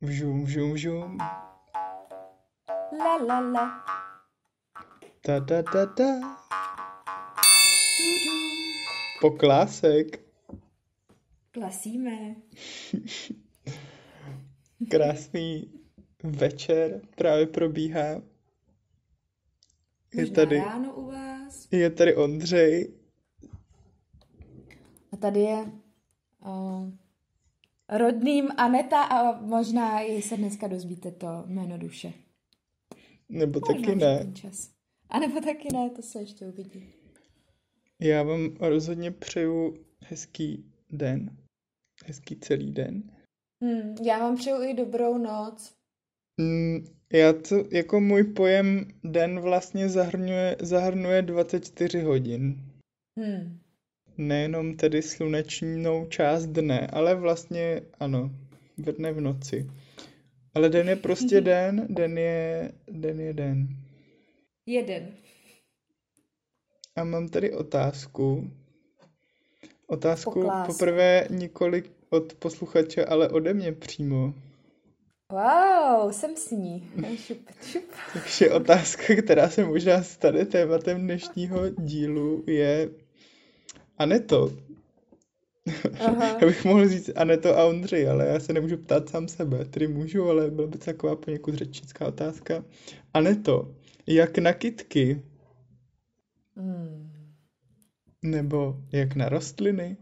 Vžum, vžum, vžum. La la la. Ta, ta, ta, ta. Tudu. Poklásek. Klasíme. Krásný večer právě probíhá. Možná ráno u vás. Je tady Ondřej. A tady je rodným Aneta a možná i se dneska dozvíte to jméno duše. Nebo Možná taky už ne. ten čas. A nebo taky ne, to se ještě uvidí. Já vám rozhodně přeju hezký den. Hezký celý den. Já vám přeju i dobrou noc. Já to, jako můj pojem den vlastně zahrnuje 24 hodin. Nejenom tedy slunečnou část dne, ale vlastně ano, ve dne v noci. Ale den je prostě den, den je den. Jeden. A mám tady otázku. Poklásku. Poprvé nikoli od posluchače, ale ode mě přímo. Wow, jsem s ní. Šup, šup. Takže otázka, která se možná stane tématem dnešního dílu, je Aneto. Aha. Já bych mohl říct Aneto a Ondřej, ale já se nemůžu ptát sám sebe. Tedy můžu, ale byla by to taková poněkud řečnická otázka. Aneto, jak na kytky? Nebo jak na rostliny?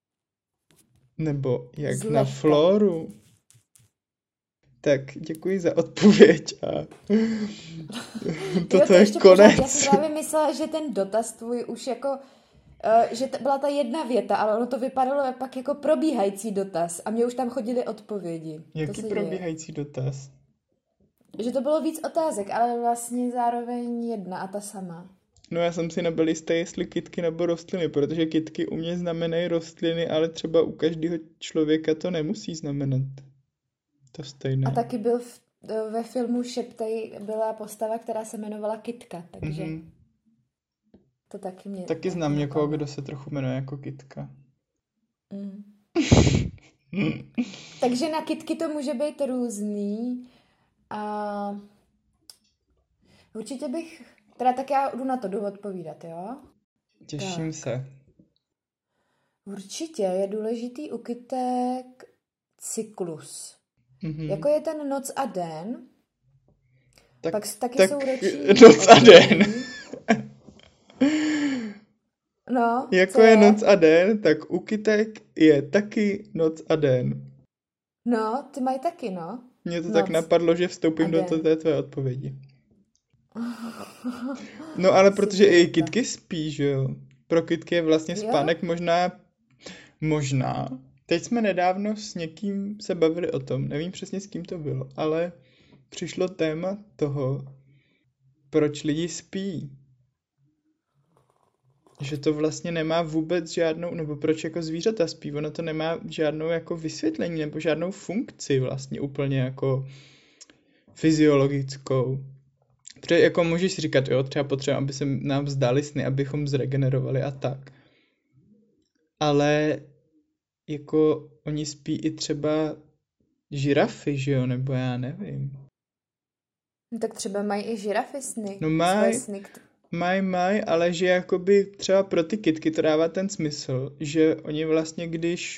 Nebo jak Zlehka. na floru? Tak děkuji za odpověď a toto je ještě pořád, já konec. jsem právě myslela, že ten dotaz tvůj už jako, že byla ta jedna věta, ale ono to vypadalo pak jako probíhající dotaz a mě už tam chodily odpovědi. Jaký to probíhající dotaz? Že to bylo víc otázek, ale vlastně zároveň jedna a ta sama. No já jsem si nebyl jistý, jestli kytky nebo rostliny, protože kytky u mě znamenají rostliny, ale třeba u každého člověka to nemusí znamenat to stejné. A taky byl ve filmu Šeptej byla postava, která se jmenovala Kytka, takže to taky mě... Taky znám někoho, kdo se trochu jmenuje jako Kytka. Takže na kytky to může být různý a určitě bych... Teda tak já jdu odpovídat, jo? Těším se. Určitě je důležitý u kytek cyklus. Jako je ten noc a den, pak taky jsou roční noc a den. No, jako je noc a den, tak u kytek je taky noc a den. No, ty mají taky, no. Mně to tak napadlo, že vstoupím do té tvé odpovědi. No ale protože i kytky spí, že jo? Pro kytky je vlastně spánek možná. Teď jsme nedávno s někým se bavili o tom, nevím přesně s kým to bylo, ale přišlo téma toho, proč lidi spí. Že to vlastně nemá vůbec žádnou, nebo proč jako zvířata spí, ono to nemá žádnou jako vysvětlení, nebo žádnou funkci vlastně úplně jako fyziologickou. Protože jako můžeš říkat, jo, třeba potřeba, aby se nám vzdály sny, abychom zregenerovali a tak. Ale jako oni spí i třeba žirafy, že jo, nebo já nevím. No, tak třeba mají i žirafy sny. No mají, ale že jakoby třeba pro ty kytky to dává ten smysl, že oni vlastně, když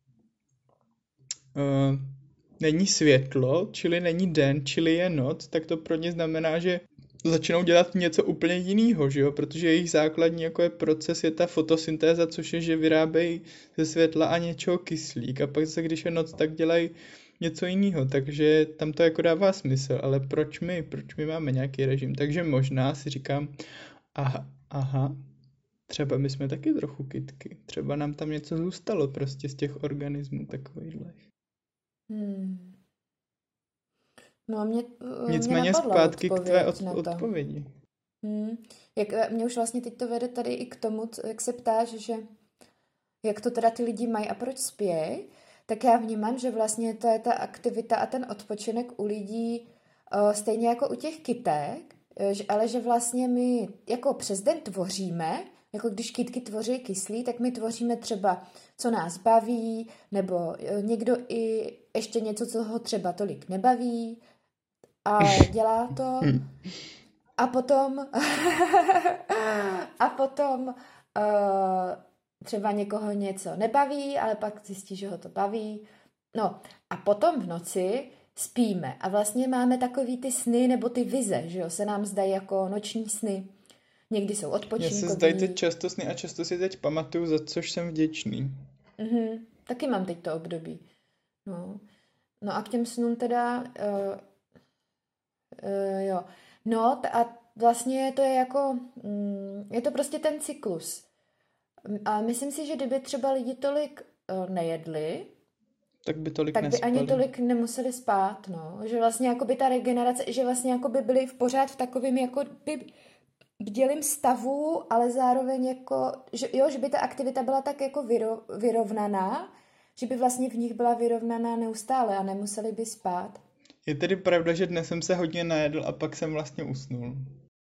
není světlo, čili není den, čili je noc, tak to pro ně znamená, že začnou dělat něco úplně jiného, že jo? Protože jejich základní jako je proces, je ta fotosyntéza, což je, že vyrábějí ze světla a něčeho kyslík. A pak zase, když je noc, tak dělají něco jiného. Takže tam to jako dává smysl. Ale proč my máme nějaký režim? Takže možná si říkám, aha, třeba my jsme taky trochu kytky. Třeba nám tam něco zůstalo prostě z těch organismů takovýchhle. No mě Nicméně zpátky k tvé odpovědi. Mě už vlastně teď to vede tady i k tomu, jak se ptáš, že jak to teda ty lidi mají a proč spějí, tak já vnímám, že vlastně to je ta aktivita a ten odpočinek u lidí stejně jako u těch kytek, ale že vlastně my jako přes den tvoříme, jako když kytky tvoří kyslí, tak my tvoříme třeba, co nás baví, nebo někdo i ještě něco, co ho třeba tolik nebaví a dělá to a potom třeba někoho něco nebaví, ale pak zjistí, že ho to baví. No a potom v noci spíme a vlastně máme takový ty sny nebo ty vize, že jo, se nám zdají jako noční sny. Někdy jsou Mně odpočinkový. se zdají teď často sny a často si teď pamatuju, za což jsem vděčný. Taky mám teď to období. No a k těm snům teda jo. No a vlastně to je jako je to prostě ten cyklus. A myslím si, že kdyby třeba lidi tolik nejedli, tak by tolik tak by nespali. ani tolik nemuseli spát, no. Že vlastně jakoby ta regenerace, že vlastně jakoby byli pořád v takovým jako bdělým stavu, ale zároveň jako, že by ta aktivita byla tak jako vyrovnaná, že by vlastně v nich byla vyrovnaná neustále a nemuseli by spát. Je tedy pravda, že dnes jsem se hodně najedl a pak jsem vlastně usnul.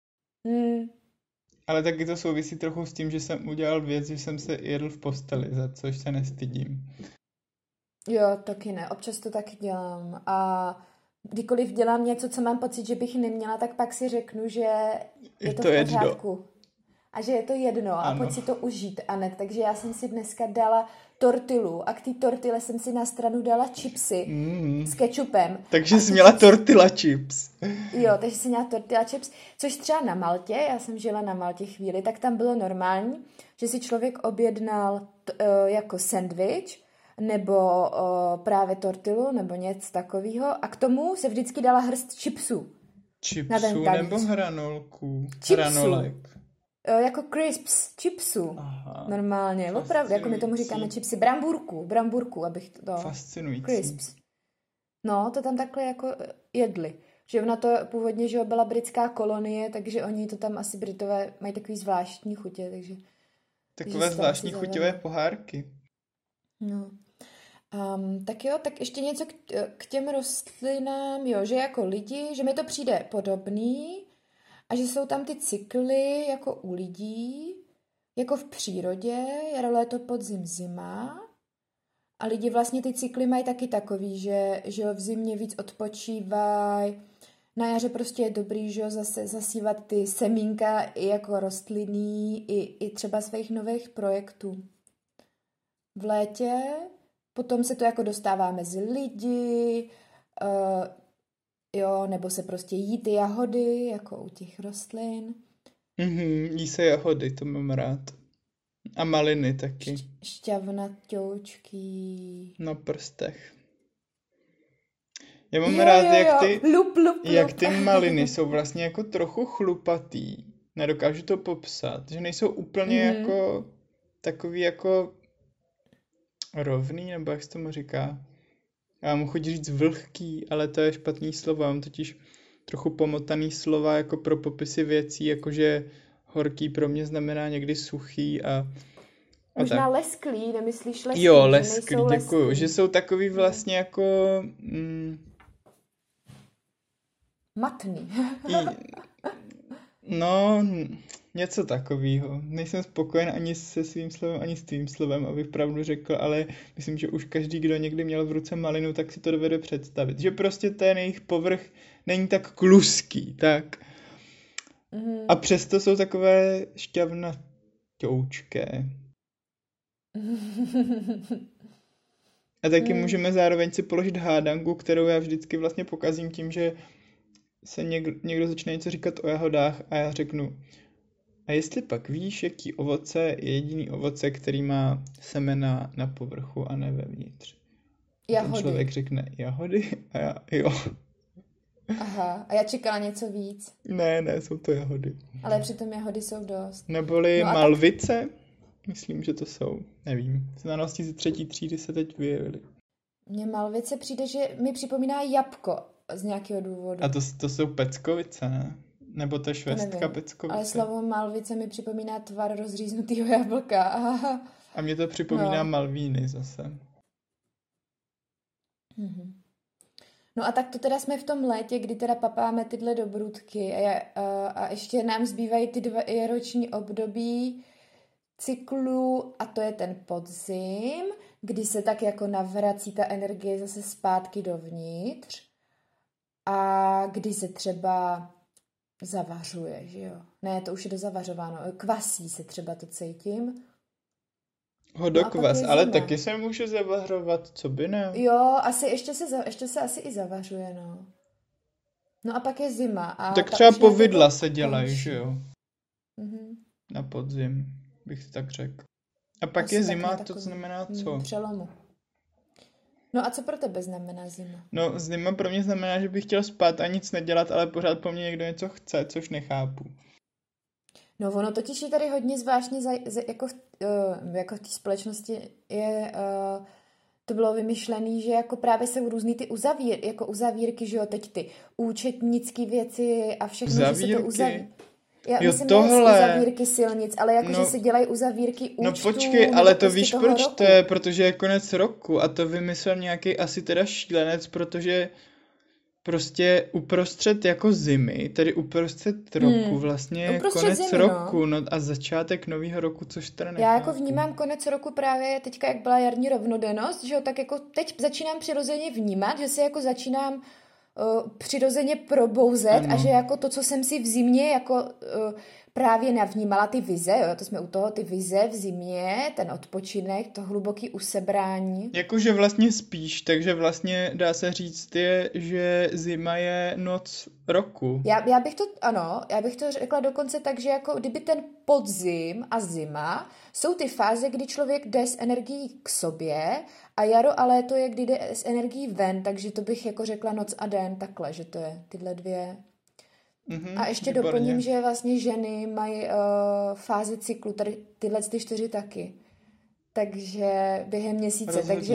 Ale taky to souvisí trochu s tím, že jsem udělal věc, že jsem se jedl v posteli, za což se nestydím. Jo, taky ne. Občas to taky dělám. A kdykoliv dělám něco, co mám pocit, že bych neměla, tak pak si řeknu, že je to v pořádku. A že je to jedno a pojď si to užít, Anet. Takže já jsem si dneska dala tortilu a k té tortile jsem si na stranu dala chipsy s kečupem. Takže jsi měla tortilla chips. Jo, takže jsem měla tortilla chips, což třeba na Maltě, já jsem žila na Maltě chvíli, tak tam bylo normální, že si člověk objednal jako sendvič nebo právě tortilu nebo něco takového a k tomu se vždycky dala hrst chipsů. Chipsů nebo hranolků? Hranolek. Jako crisps, chipsů. Aha, normálně, opravdu, jako my tomu říkáme chipsy, bramburku, abych to... Fascinující. Crisps. No, to tam takhle jako jedli. Že na to původně, že byla britská kolonie, takže oni to tam asi Britové mají takový zvláštní chutě, takže... Takové zvláštní chuťové pohárky. No. Tak jo, tak ještě něco k těm rostlinám, jo, že jako lidi, že mi to přijde podobný, a že jsou tam ty cykly jako u lidí, jako v přírodě, jaro, léto, podzim, zima. A lidi vlastně ty cykly mají taky takový, že v zimě víc odpočívají. Na jaře prostě je dobrý, že zase zasívat ty semínka i jako rostlinný, i třeba svých nových projektů. V létě potom se to jako dostává mezi lidi, jo, nebo se prostě jí ty jahody, jako u těch rostlin. Jí se jahody, to mám rád. A maliny taky. Šťavnaťoučky. Na prstech. Já mám rád, jak ty maliny jsou vlastně jako trochu chlupatý. Nedokážu to popsat. Že nejsou úplně jako takový jako rovný, nebo jak se tomu říká. Já mám chuť říct vlhký, ale to je špatný slovo. Mám totiž trochu pomotaný slova jako pro popisy věcí, jakože horký pro mě znamená někdy suchý a možná tak. Lesklý, nemyslíš lesklý? Jo, lesklý, děkuju. Lesklý. Že jsou takový vlastně jako... matný. No, něco takového. Nejsem spokojen ani se svým slovem, ani s tvým slovem, abych pravdu řekl, ale myslím, že už každý, kdo někdy měl v ruce malinu, tak si to dovede představit. Že prostě ten jejich povrch není tak kluský, tak. A přesto jsou takové šťavnaťoučké. A taky můžeme zároveň si položit hádanku, kterou já vždycky vlastně pokazím tím, že se někdo začne něco říkat o jahodách a já řeknu, a jestli pak víš, jaký ovoce je jediný ovoce, který má semena na povrchu a ne vevnitř. Jahody. Ten člověk řekne jahody a já jo. Aha, a já čekala něco víc. Ne, jsou to jahody. Ale přitom jahody jsou dost. Neboli malvice, tak... myslím, že to jsou, nevím. Znalosti ze 3. třídy se teď vyjevily. Mně malvice přijde, že mi připomíná jabko z nějakého důvodu. A to jsou peckovice, ne? Nebo to je švestka peckovice. Ale slovo malvice mi připomíná tvar rozříznutého jablka. A mě to připomíná malvíny zase. No a tak to teda jsme v tom létě, kdy teda papáme tyhle dobrůdky a ještě nám zbývají ty 2 roční období cyklu a to je ten podzim, kdy se tak jako navrací ta energie zase zpátky dovnitř a kdy se třeba zavařuje, že jo. Ne, to už je dozavařováno. Kvasí se třeba, to cítím. Hodokvas, ale taky se může zavařovat, co by ne? Jo, asi ještě se asi i zavařuje, no. No a pak je zima. A tak třeba povidla se dělají, že jo? Mm-hmm. Na podzim, bych si tak řekl. A pak asi je zima, to znamená co? Přelomu. No a co pro tebe znamená zima? No zima pro mě znamená, že bych chtěl spát a nic nedělat, ale pořád po mně někdo něco chce, což nechápu. No ono totiž je tady hodně zvláštně, jako v té společnosti je... to bylo vymyšlené, že jako právě jsou různý ty uzavírky, že jo, teď ty účetnické věci a všechno, uzavírky. Že se to uzaví. Já jo, myslím, tohle. Ne uzavírky silnic, ale jako, že se dělají uzavírky účtů. No počkej, ale to víš proč to je, protože je konec roku a to vymyslel nějaký asi teda šílenec, protože prostě uprostřed jako zimy, tedy uprostřed roku, vlastně je konec zimy, roku, no a začátek nového roku, což teda nechápu. Já jako vnímám konec roku právě teďka, jak byla jarní rovnodennost, že jo, tak jako teď začínám přirozeně vnímat, že se jako začínám přirozeně probouzet a že jako to, co jsem si v zimě jako právě navnímala, ty vize, jo, to jsme u toho, ty vize v zimě, ten odpočinek, to hluboký usebrání. Jakože vlastně spíš, takže vlastně dá se říct, že zima je noc roku. Já bych to řekla dokonce tak, že jako kdyby ten podzim a zima jsou ty fáze, kdy člověk jde s energií k sobě a jaro a léto je, kdy jde s energií ven, takže to bych jako řekla noc a den takhle, že to je tyhle dvě. A ještě výborně. Doplním, že vlastně ženy mají fázi cyklu, tady tyhle ty 4 taky. Takže během měsíce, rozhodně. Takže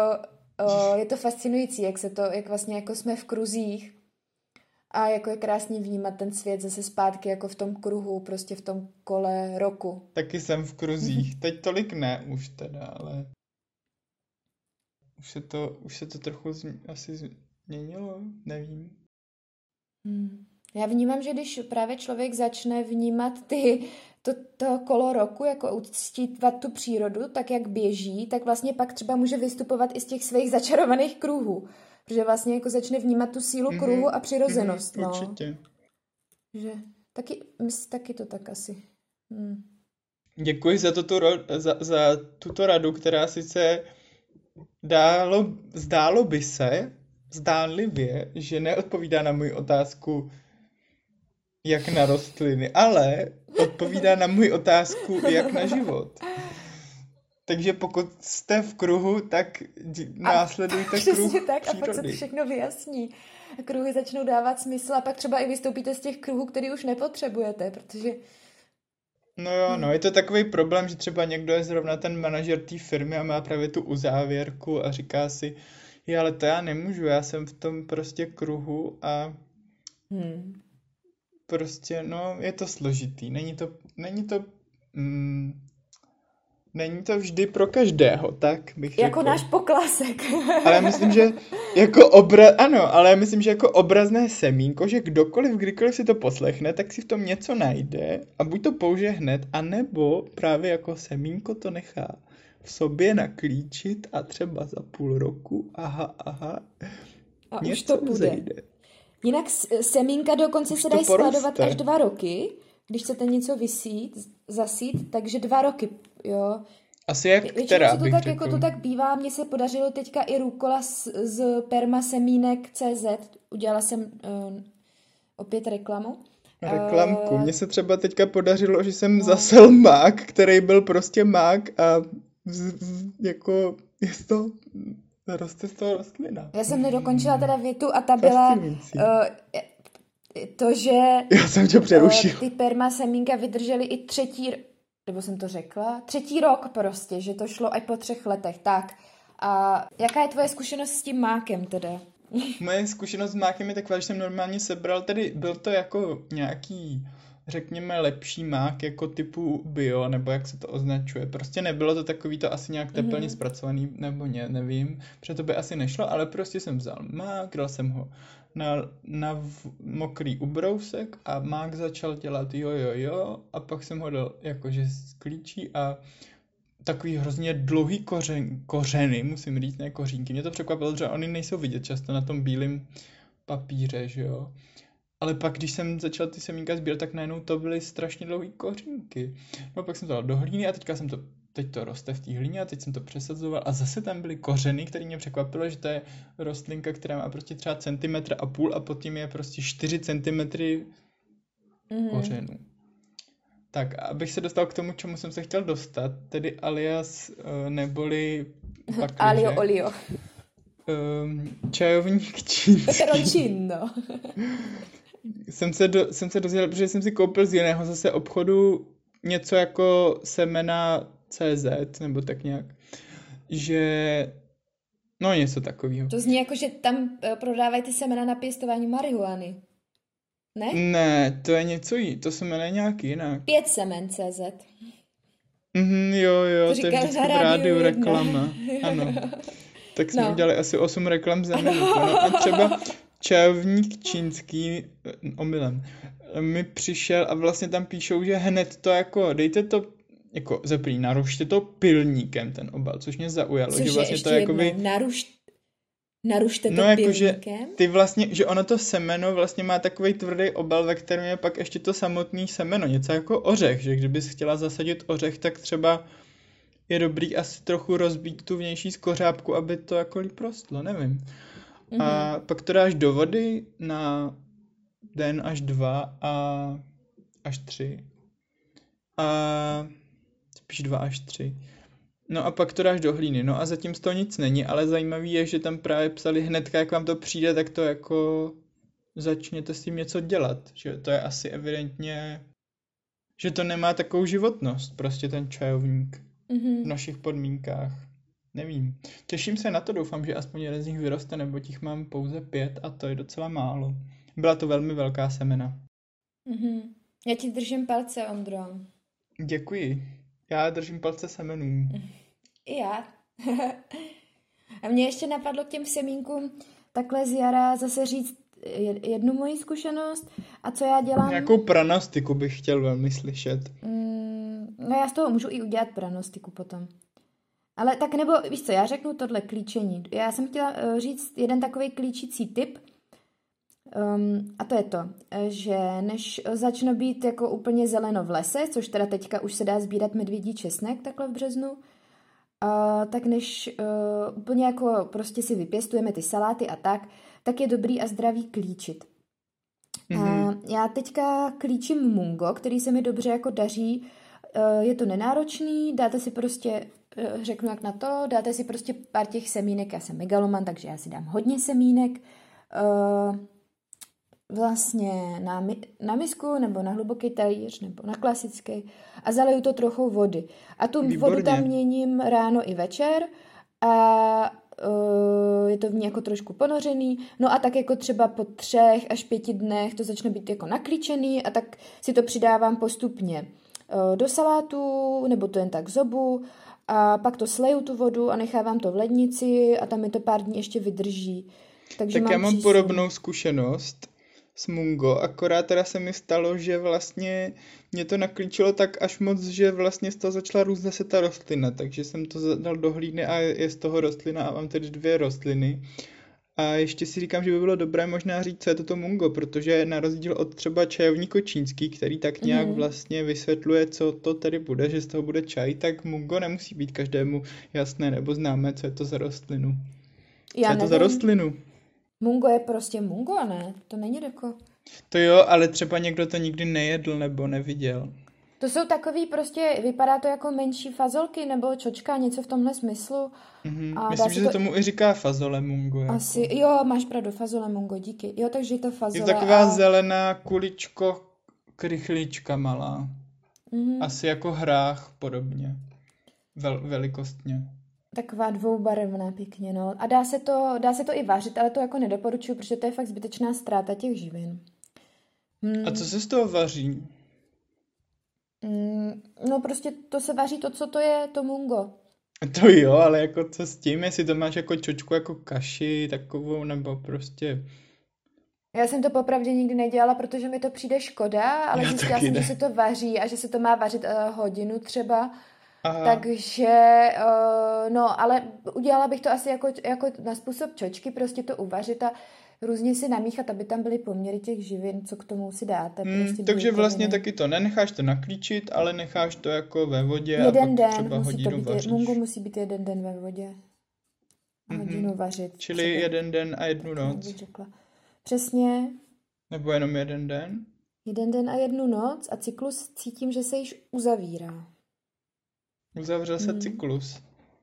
je to fascinující, jak vlastně jako jsme v kruzích a jako je krásně vnímat ten svět zase zpátky jako v tom kruhu, prostě v tom kole roku. Taky jsem v kruzích, teď tolik ne už teda, ale už se to trochu asi změnilo, nevím. Já vnímám, že když právě člověk začne vnímat to kolo roku, jako uctívat tu přírodu, tak jak běží, tak vlastně pak třeba může vystupovat i z těch svých začarovaných kruhů. Protože vlastně jako začne vnímat tu sílu kruhu a přirozenost. Určitě. Že taky to tak asi. Děkuji za tuto radu, která sice zdálo by se, zdánlivě, že neodpovídá na moji otázku, jak na rostliny, ale odpovídá na moji otázku, jak na život. Takže pokud jste v kruhu, tak následujte kruh tak, přírody. A pak se to všechno vyjasní. Kruhy začnou dávat smysl a pak třeba i vystoupíte z těch kruhů, který už nepotřebujete, protože... No, je to takový problém, že třeba někdo je zrovna ten manažer té firmy a má právě tu uzávěrku a říká si, ale to já nemůžu, já jsem v tom prostě kruhu a prostě, je to složitý. Není to vždy pro každého, tak bych řekl. Jako náš poklasek. Ale myslím, že jako obrazné semínko, že kdokoliv, kdykoliv si to poslechne, tak si v tom něco najde a buď to použije hned, anebo právě jako semínko to nechá v sobě naklíčit a třeba za půl roku, aha, a něco už to bude. Vzejde. Jinak semínka dokonce se dají skladovat až 2 roky, když chcete něco zasít, takže 2 roky, jo. Asi jak která bych řekl. Jako to tak bývá, mně se podařilo teďka i rúkola z permasemínek.cz, udělala jsem opět reklamu. Reklamku. Mně se třeba teďka podařilo, že jsem zasel mák, který byl prostě mák a jako roste z toho rostlina. Já jsem nedokončila teda větu a ta byla to, že já jsem tě přerušil. Ty permasemínka vydržely i 3. rok prostě, že to šlo i po 3 letech. Tak. A jaká je tvoje zkušenost s tím mákem teda? Moje zkušenost s mákem je taková, že jsem normálně sebral, tedy byl to jako nějaký, řekněme, lepší mák, jako typu bio, nebo jak se to označuje. Prostě nebylo to takový to asi nějak teplně zpracovaný, nebo nevím, protože to by asi nešlo, ale prostě jsem vzal mák, dal jsem ho na mokrý ubrousek a mák začal dělat jo a pak jsem ho dal jakože z klíčí a takový hrozně dlouhý kořeny, musím říct, ne kořínky. Mě to překvapilo, že oni nejsou vidět často na tom bílém papíře, že jo. Ale pak, když jsem začal ty semínka sbírat, tak najednou to byly strašně dlouhý kořínky. No pak jsem to dal do hlíny a teď to roste v té hlíně a teď jsem to přesazoval a zase tam byly kořeny, které mě překvapilo, že to je rostlinka, která má prostě třeba 1,5 centimetr a pod tím je prostě 4 centimetry kořenů. Tak, abych se dostal k tomu, čemu jsem se chtěl dostat, tedy alias neboli pakliže. Alio olio. Čajovník čínský. Peperoncino. Jsem se dozvěděl, protože jsem si koupil z jiného zase obchodu něco jako semena CZ, nebo tak nějak, že no něco takového. To zní jako, že tam prodávají ty semena na pěstování marihuany. Ne? Ne, to je něco jiného, to se jmenuje nějak jinak. 5 semen CZ. Jo, to je vždycky v rádiu 1. reklama. Ano. Tak jsme udělali asi 8 reklam za minutu. No a třeba čajovník čínský, omylem, mi přišel a vlastně tam píšou, že hned to jako, dejte to, jako zaprý, narušte to pilníkem ten obal, což mě zaujalo. Což že vlastně ještě to jakoby, narušte to jako, pilníkem? Že ty vlastně, že ono to semeno vlastně má takový tvrdý obal, ve kterém je pak ještě to samotný semeno, něco jako ořech, že kdybys chtěla zasadit ořech, tak třeba je dobrý asi trochu rozbít tu vnější skořápku, aby to jako líp rostlo, nevím. A pak to dáš do vody na den až 2 a až 3. A spíš 2 až 3. No a pak to dáš do hlíny. No a zatím z toho nic není, ale zajímavý je, že tam právě psali hnedka, jak vám to přijde, tak to jako začněte s tím něco dělat. Že to je asi evidentně, že to nemá takovou životnost, prostě ten čajovník v našich podmínkách. Nevím. Těším se na to, doufám, že aspoň jeden z nich vyroste, nebo těch mám pouze 5 a to je docela málo. Byla to velmi velká semena. Já ti držím palce, Ondro. Děkuji. Já držím palce semenům. I já. A mě ještě napadlo k těm semínkům takhle z jara zase říct jednu moji zkušenost a co já dělám. Nějakou pranostiku bych chtěl velmi slyšet. No já z toho můžu i udělat pranostiku potom. Ale tak nebo, víš co, já řeknu tohle klíčení. Já jsem chtěla říct jeden takový klíčící tip, a to je to, že než začne být jako úplně zeleno v lese, což teda teďka už se dá sbírat medvědí česnek takhle v březnu, tak než úplně jako prostě si vypěstujeme ty saláty a tak je dobrý a zdravý klíčit. Já teďka klíčím mungo, který se mi dobře jako daří, je to nenáročný, dáte si prostě, řeknu jak na to, dáte si prostě pár těch semínek, já jsem megaloman, takže já si dám hodně semínek, vlastně na misku, nebo na hluboký talíř, nebo na klasický a zaleju to trochou vody. A tu vodu tam měním ráno i večer a je to v ní jako trošku ponořený, no a tak jako třeba po 3 až 5 dnech to začne být jako naklíčený a tak si to přidávám postupně do salátu, nebo to jen tak zobu a pak to sleju tu vodu a nechávám to v lednici a tam mi to pár dní ještě vydrží. Takže tak já mám podobnou zkušenost s mungo, akorát teda se mi stalo, že vlastně mě to naklíčilo tak až moc, že vlastně z toho začala růst zase ta rostlina, takže jsem to dal do hlíny a je z toho rostlina a mám tedy 2 rostliny. A ještě si říkám, že by bylo dobré možná říct, co je toto mungo, protože na rozdíl od třeba čajovníko čínský, který tak nějak vlastně vysvětluje, co to tedy bude, že z toho bude čaj, tak mungo nemusí být každému jasné nebo známé, co je to za rostlinu. Co je to za rostlinu? Mungo je prostě mungo, ne? To není jako... To jo, ale třeba někdo to nikdy nejedl nebo neviděl. To jsou takový prostě, vypadá to jako menší fazolky nebo čočka, něco v tomhle smyslu. A myslím, že se tomu i říká fazole mungo. Jako. Asi, jo, máš pravdu, fazole mungo, díky. Jo, takže je to fazole. Je taková zelená kuličko, krychlička malá. Asi jako hrách podobně. Velikostně. Taková dvoubarevná pěkně, no. A dá se to i vařit, ale to jako nedoporučuji, protože to je fakt zbytečná ztráta těch živin. A co se z toho vaří? No prostě to se vaří to, co to je, to mungo. To jo, ale jako co s tím, jestli to máš jako čočku, jako kaši takovou, nebo prostě... Já jsem to popravdě nikdy nedělala, protože mi to přijde škoda, ale zjistila jsem, že se to vaří a že se to má vařit hodinu třeba. Aha. Takže, no, ale udělala bych to asi jako na způsob čočky, prostě to uvařit a různě si namíchat, aby tam byly poměry těch živin, co k tomu si dáte. Prostě Takže vlastně bílkoviny. taky to nenecháš to naklíčit, ale necháš to jako ve vodě a Jeden pak den třeba musí to hodinu být, vaříš. mungo musí být jeden den ve vodě. Hodinu vařit. Čili třeba, jeden den a jednu jak noc. bych řekla. Přesně, Nebo jenom jeden den? jeden den a jednu noc a cyklus cítím, že se již uzavírá. Uzavřel se cyklus.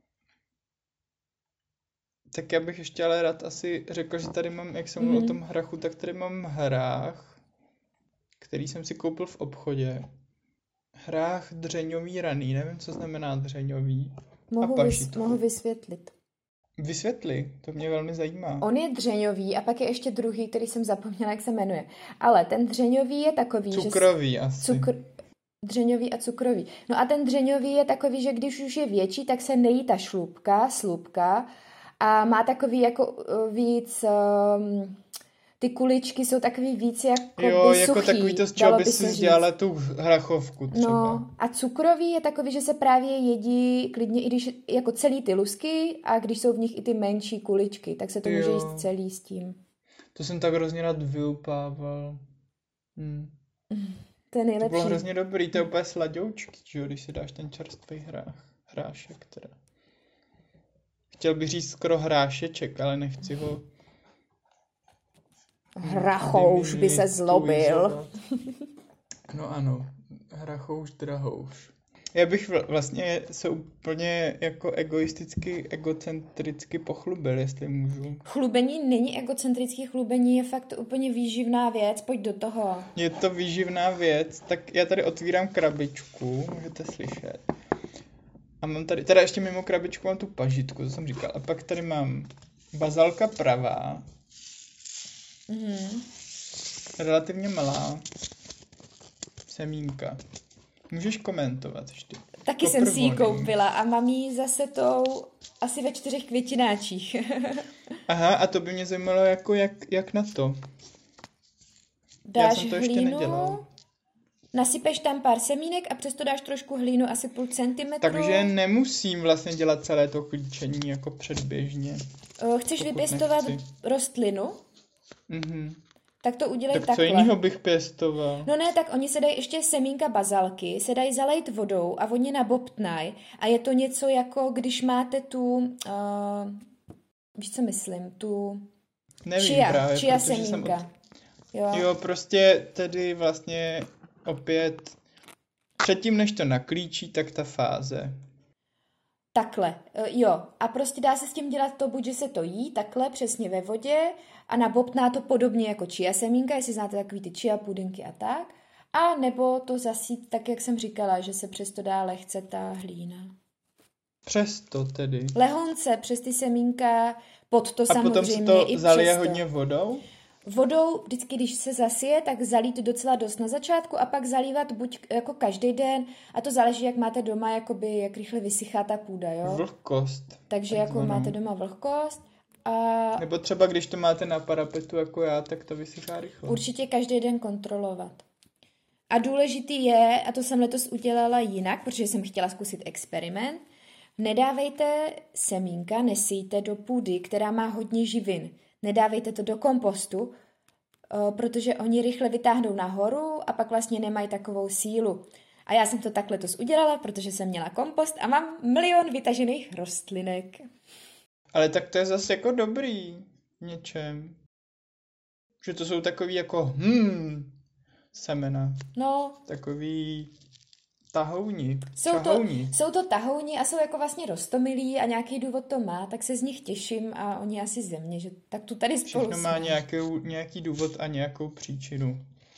Tak já bych ještě ale rád asi řekl, že tady mám, jak jsem mluvil o tom hrachu, tak tady mám hrách, který jsem si koupil v obchodě. Hrách dřeňový raný, nevím, co znamená dřeňový. Mohu vysvětlit. Vysvětli, to mě velmi zajímá. On je dřeňový a pak je ještě druhý, který jsem zapomněla, jak se jmenuje. Ale ten dřeňový je takový, Cukrový asi. Dřeňový a cukrový. No a ten dřeňový je takový, že když už je větší, tak se nejí ta slupka a má takový jako víc... ty kuličky jsou takový víc jako jako suchý, takový to, z čeho by si dělala tu hrachovku třeba. No a cukrový je takový, že se právě jedí klidně, i když jako celý ty lusky a když jsou v nich i ty menší kuličky, tak se to může jíst celý s tím. To jsem tak hrozně rád vyupával. To je nejlepší. To bylo hrozně dobrý, to je úplně sladoučky, že když si dáš ten čerstvý hrášek teda. Chtěl bych říct skoro hrášeček, ale nechci ho... Hrachouš by se zlobil. No ano, hrachouš, drahouš. Já bych vlastně se úplně jako egocentricky pochlubil, jestli můžu. Chlubení není egocentrický, chlubení je fakt úplně výživná věc, pojď do toho. Je to výživná věc, tak já tady otvírám krabičku, můžete slyšet. A mám tady, teda ještě mimo krabičku mám tu pažitku, to jsem říkal. A pak tady mám bazalka pravá. Relativně malá. Semínka. Můžeš komentovat ještě. Taky jsem si ji koupila a mám ji zase tou asi ve 4 květináčích. Aha, a to by mě zajímalo, jako jak na to. Dáš já jsem to ještě hlínu, nedělal. nasypeš tam pár semínek a přesto dáš trošku hlínu, asi 0,5 centimetru. Takže nemusím vlastně dělat celé to klíčení jako předběžně. Chceš vypěstovat rostlinu? Tak to udělej tak takhle. Co jiného bych pěstoval? No ne, tak oni se dají ještě semínka bazalky, se dají zalejt vodou a oni nabobtnají. A je to něco jako, když máte tu, víš co myslím, tu nevím právě, chia semínka. Jo, prostě tedy vlastně opět předtím, než to naklíčí, tak ta fáze. Takhle, jo. A prostě dá se s tím dělat to, buď že se to jí takhle přesně ve vodě a nabobtná to podobně jako chia semínka, jestli znáte takový ty chia pudinky a tak. A nebo to zasít tak, jak jsem říkala, že se přesto dá lehce ta hlína. Přesto tedy. Lehonce přes ty semínka, pod to a samozřejmě potom se to zalije hodně vodou? Vodou vždycky, když se zasije, tak zalít docela dost na začátku a pak zalívat buď jako každý den a to záleží, jak máte doma, jakoby, jak rychle vysychá ta půda, jo? Vlhkost. Takže jako máte doma vlhkost a... Nebo třeba, když to máte na parapetu jako já, tak to vysychá rychle. Určitě každý den kontrolovat. A důležitý je, a to jsem letos udělala jinak, protože jsem chtěla zkusit experiment, nedávejte semínka, nesijte do půdy, která má hodně živin. Nedávejte to do kompostu, protože oni rychle vytáhnou nahoru a pak vlastně nemají takovou sílu. A já jsem to takhle udělala, protože jsem měla kompost a mám 1 000 000 vytažených rostlinek. Ale tak to je zase jako dobrý v něčem. Že to jsou takový jako semena. No. Takový tahouni. Jsou to tahouni a jsou jako vlastně roztomilí a nějaký důvod to má, tak se z nich těším a oni asi ze mě, že tak tu tady spolu všechno má nějaký důvod a nějakou příčinu.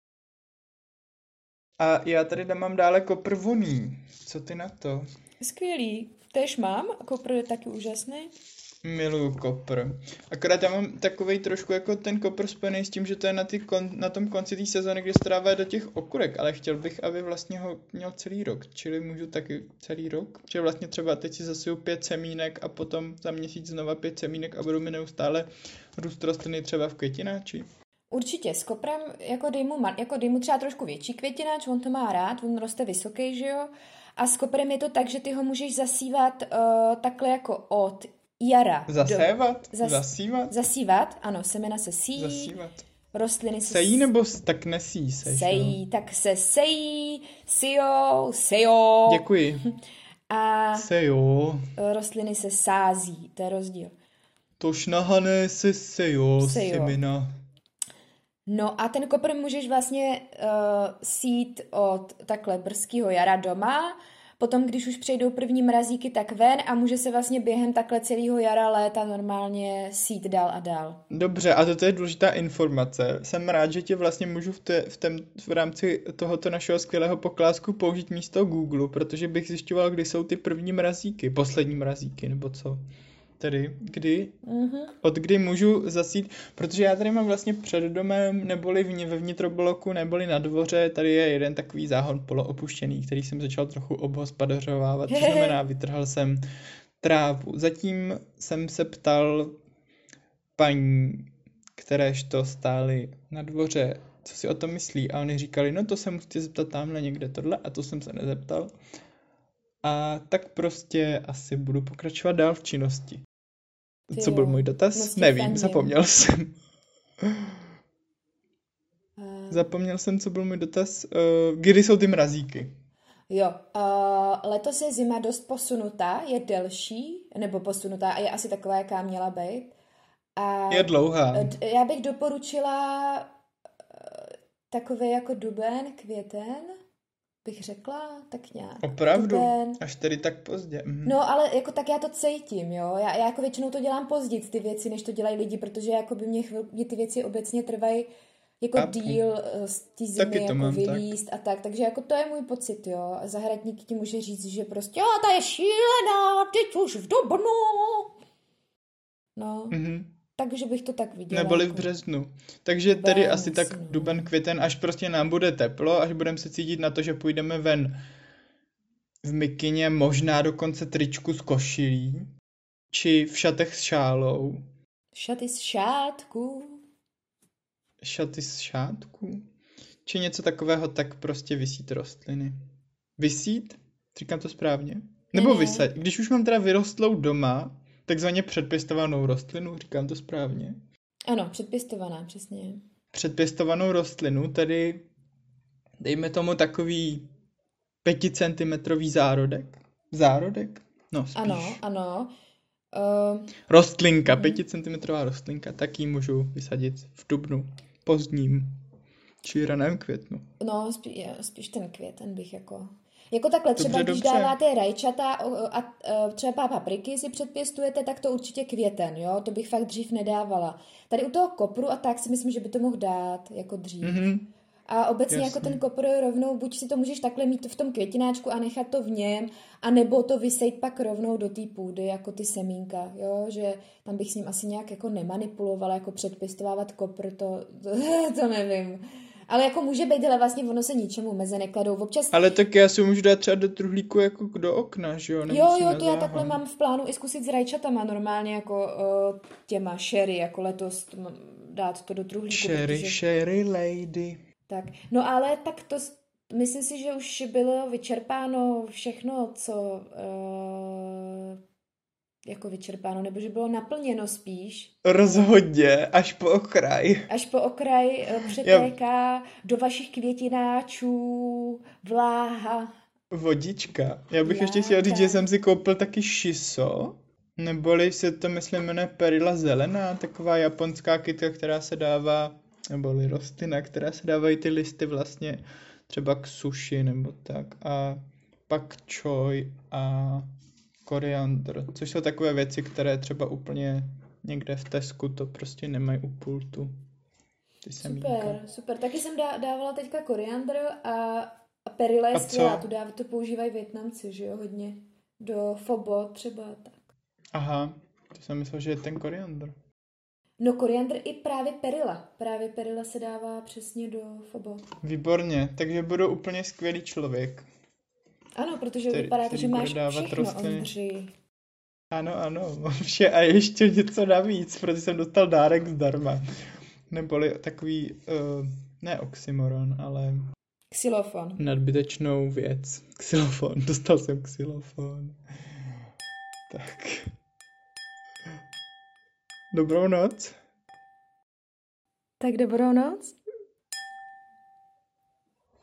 A já tady mám dále kopr voný. Co ty na to? Skvělý. Též mám a kopr je taky úžasný. Miluju kopr. Akorát já mám takovej trošku jako ten kopr spojený s tím, že to je na tom konci té sezóny, kdy se dává do těch okurek, ale chtěl bych, aby vlastně ho měl celý rok, čili můžu taky celý rok. Čili vlastně třeba teď si zasiju 5 semínek a potom za měsíc znova 5 semínek a budou mi neustále růst rostliny třeba v květináči. Určitě, s koprem jako dej mu třeba trošku větší květináč, on to má rád, on roste vysoký, že jo? A s koprem je to tak, že ty ho můžeš zasívat takhle jako od jara. Zasévat? Zasívat? Zasívat, ano, semena se síjí. Zasívat. Rostliny se... Sejí nebo tak nesíjí se? Sejí, tak se sejou. Děkuji. A sejou. Rostliny se sází, to je rozdíl. To šnahané se sejou. Semena. No a ten kopr můžeš vlastně sít od takhle brzkého jara doma, potom, když už přejdou první mrazíky, tak ven a může se vlastně během takhle celého jara, léta normálně sít dál a dál. Dobře, a to je důležitá informace. Jsem rád, že tě vlastně můžu v rámci tohoto našeho skvělého poklásku použít místo Google, protože bych zjišťoval, kdy jsou ty první mrazíky, poslední mrazíky, nebo co. Tedy, od kdy můžu zasít, protože já tady mám vlastně před domem, neboli ve vnitrobloku, neboli na dvoře, tady je jeden takový záhon poloopuštěný, který jsem začal trochu obhospodařovávat, to znamená, vytrhal jsem trávu. Zatím jsem se ptal paní, kteréž to stály na dvoře, co si o tom myslí, a oni říkali, no to se musíte zeptat tamhle někde tohle, a to jsem se nezeptal. A tak prostě asi budu pokračovat dál v činnosti. Co byl můj dotaz? Nevím, zapomněl jsem. Zapomněl jsem, co byl můj dotaz. Kdy jsou ty mrazíky? Jo, letos je zima dost posunutá, je delší, nebo posunutá a je asi taková, jaká měla být. A je dlouhá. Já bych doporučila takový jako duben, květen, bych řekla, tak nějak. Opravdu? Duben. Až tedy tak pozdě. No, ale jako tak já to cítím, jo. Já jako většinou to dělám později, ty věci, než to dělají lidi, protože jako by mě ty věci obecně trvají jako díl z té zimy jako vylíst tak. A tak. Takže jako to je můj pocit, jo. A zahradník ti může říct, že prostě ta je šílená, teď už v dubnu. No. Takže bych to tak viděla. Neboli jako v březnu. Takže tedy asi tak duben, květen, až prostě nám bude teplo, až budeme se cítit na to, že půjdeme ven v mikině, možná dokonce tričku s košilí, či v šatech s šálou. Šaty z šátku. Šaty z šátku? Či něco takového, tak prostě vysít rostliny. Vysít? Říkám to správně? Nebo vysadit. Když už mám teda vyrostlou doma, takzvaně předpěstovanou rostlinu, říkám to správně? Ano, předpěstovaná, přesně. Předpěstovanou rostlinu, tedy dejme tomu takový 5 centimetrový zárodek. Zárodek? No, spíš. Ano. Rostlinka, 5 centimetrová rostlinka, tak ji můžu vysadit v dubnu, pozdním, či raném květnu. No, spíš ten květen bych jako... Jako takhle, třeba když dáváte rajčata a třeba papriky si předpěstujete, tak to určitě květen, jo, to bych fakt dřív nedávala. Tady u toho kopru a tak si myslím, že by to mohl dát jako dřív. A obecně jako ten kopr rovnou, buď si to můžeš takhle mít v tom květináčku a nechat to v něm, anebo to vysejt pak rovnou do té půdy, jako ty semínka, jo, že tam bych s ním asi nějak jako nemanipulovala, jako předpěstovávat kopr, to nevím. Ale jako může být, ale vlastně ono se ničemu meze nekladou. Občas... Ale tak já si můžu dát třeba do truhlíku jako do okna, že jo? Jo, to já takhle mám v plánu i zkusit s rajčatama normálně jako těma sherry, jako letos dát to do truhlíku. Sherry lady. Tak, no ale tak to, myslím si, že už bylo vyčerpáno všechno, co jako vyčerpáno, nebo že bylo naplněno spíš. Rozhodně, až po okraj. Až po okraj přetéká do vašich květináčů vláha. Vodička. Já bych ještě chtěl říct, že jsem si koupil taky shiso, neboli se to myslím jmenuje perila zelená, taková japonská kytka, která se dává, neboli rostlina, která se dávají ty listy vlastně třeba k sushi nebo tak. A pak choi a koriandr, což jsou takové věci, které třeba úplně někde v Tesku to prostě nemají u pultu. Super. Taky jsem dávala teďka koriandr a perila je skvělá, to používají Vietnamci, že jo, hodně. Do fobo třeba tak. Aha, to jsem myslel, že je ten koriandr. No koriandr i právě perila. Právě perila se dává přesně do fobo. Výborně, takže budu úplně skvělý člověk. Ano, protože vypadá to, že máš všechno, Ondři. Ano, vše a ještě něco navíc, protože jsem dostal dárek zdarma. Neboli takový, ne oxymoron, ale... Xylofon. Nadbytečnou věc. Xylofon. Dostal jsem xylofon. Tak. Dobrou noc. Tak dobrou noc.